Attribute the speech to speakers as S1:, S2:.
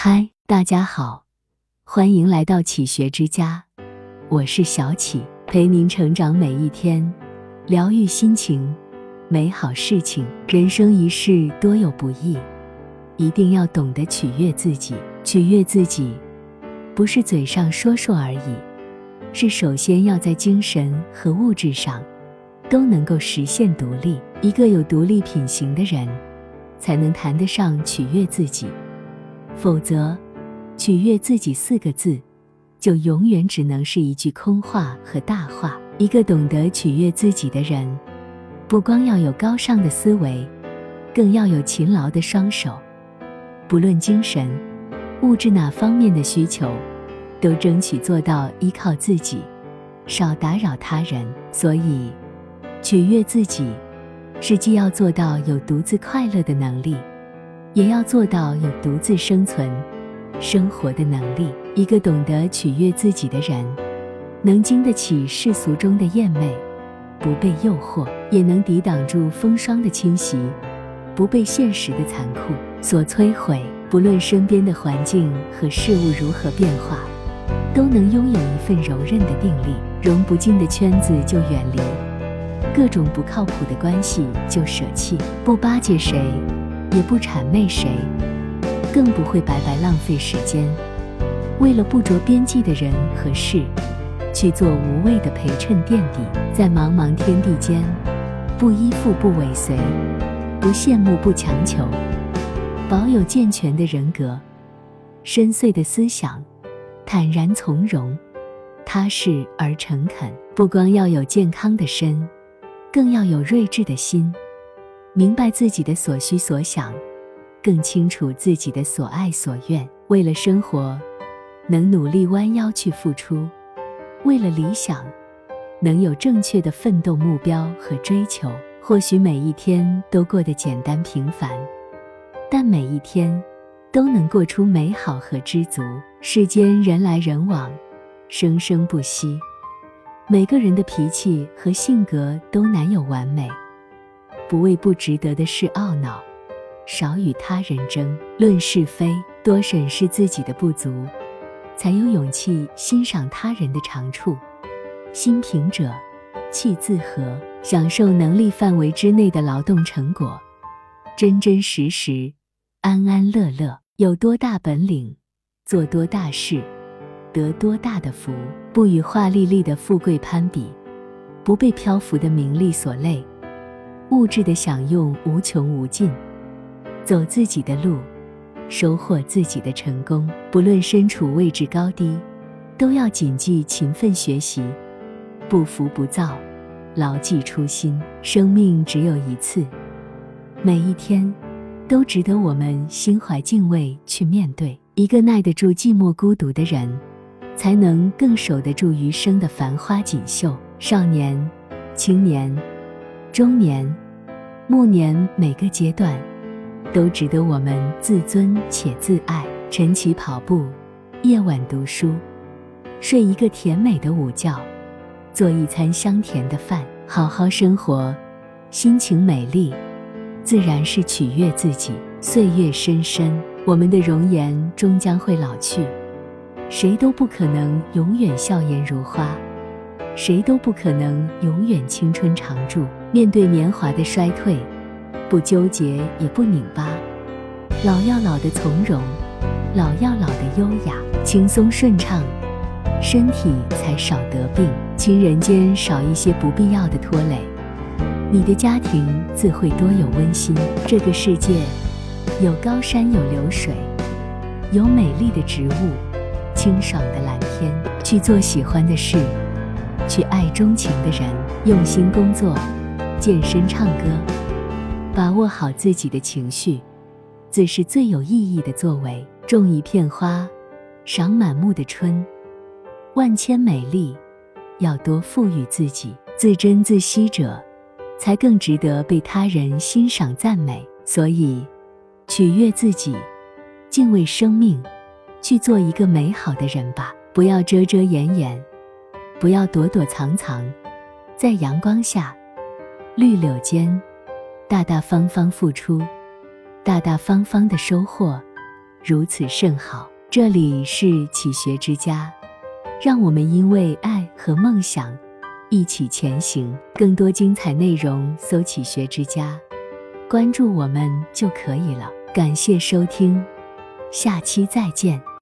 S1: 嗨，大家好，欢迎来到启学之家，我是小启，陪您成长每一天，疗愈心情，美好事情。人生一世多有不易，一定要懂得取悦自己。取悦自己，不是嘴上说说而已，是首先要在精神和物质上都能够实现独立。一个有独立品行的人，才能谈得上取悦自己。否则，取悦自己4个字，就永远只能是一句空话和大话。一个懂得取悦自己的人，不光要有高尚的思维，更要有勤劳的双手。不论精神、物质哪方面的需求，都争取做到依靠自己，少打扰他人。所以，取悦自己，是既要做到有独自快乐的能力，也要做到有独自生存、生活的能力。一个懂得取悦自己的人，能经得起世俗中的艳媚，不被诱惑，也能抵挡住风霜的侵袭，不被现实的残酷所摧毁。不论身边的环境和事物如何变化，都能拥有一份柔韧的定力。融不进的圈子就远离，各种不靠谱的关系就舍弃，不巴结谁，也不谄媚谁，更不会白白浪费时间，为了不着边际的人和事，去做无谓的陪衬垫底。在茫茫天地间，不依附不尾随，不羡慕不强求，保有健全的人格，深邃的思想，坦然从容，踏实而诚恳。不光要有健康的身，更要有睿智的心，明白自己的所需所想，更清楚自己的所爱所愿。为了生活，能努力弯腰去付出；为了理想，能有正确的奋斗目标和追求。或许每一天都过得简单平凡，但每一天都能过出美好和知足。世间人来人往，生生不息，每个人的脾气和性格都难有完美。不为不值得的事懊恼，少与他人争论是非，多审视自己的不足，才有勇气欣赏他人的长处。心平者气自和，享受能力范围之内的劳动成果，真真实实，安安乐乐。有多大本领，做多大事，得多大的福。不与华丽丽的富贵攀比，不被漂浮的名利所累，物质的享用无穷无尽，走自己的路，收获自己的成功。不论身处位置高低，都要谨记勤奋学习，不浮不躁，牢记初心。生命只有一次，每一天都值得我们心怀敬畏去面对。一个耐得住寂寞孤独的人，才能更守得住余生的繁花锦绣。少年、青年、中年、暮年，每个阶段都值得我们自尊且自爱。晨起跑步，夜晚读书，睡一个甜美的午觉，做一餐香甜的饭，好好生活，心情美丽，自然是取悦自己。岁月深深，我们的容颜终将会老去，谁都不可能永远笑颜如花，谁都不可能永远青春常驻。面对年华的衰退，不纠结也不拧巴，老要老的从容，老要老的优雅，轻松顺畅，身体才少得病。亲人间少一些不必要的拖累，你的家庭自会多有温馨。这个世界有高山，有流水，有美丽的植物，清爽的蓝天。去做喜欢的事，去爱钟情的人，用心工作，健身唱歌，把握好自己的情绪，自是最有意义的作为。种一片花，赏满目的春，万千美丽，要多赋予自己。自珍自惜者，才更值得被他人欣赏赞美。所以，取悦自己，敬畏生命，去做一个美好的人吧。不要遮遮掩掩，不要躲躲藏藏，在阳光下，绿柳间，大大方方付出，大大方方的收获， 如此甚好。这里是启学之家，让我们因为爱和梦想一起前行。更多精彩内容搜启学之家，关注我们就可以了。感谢收听，下期再见。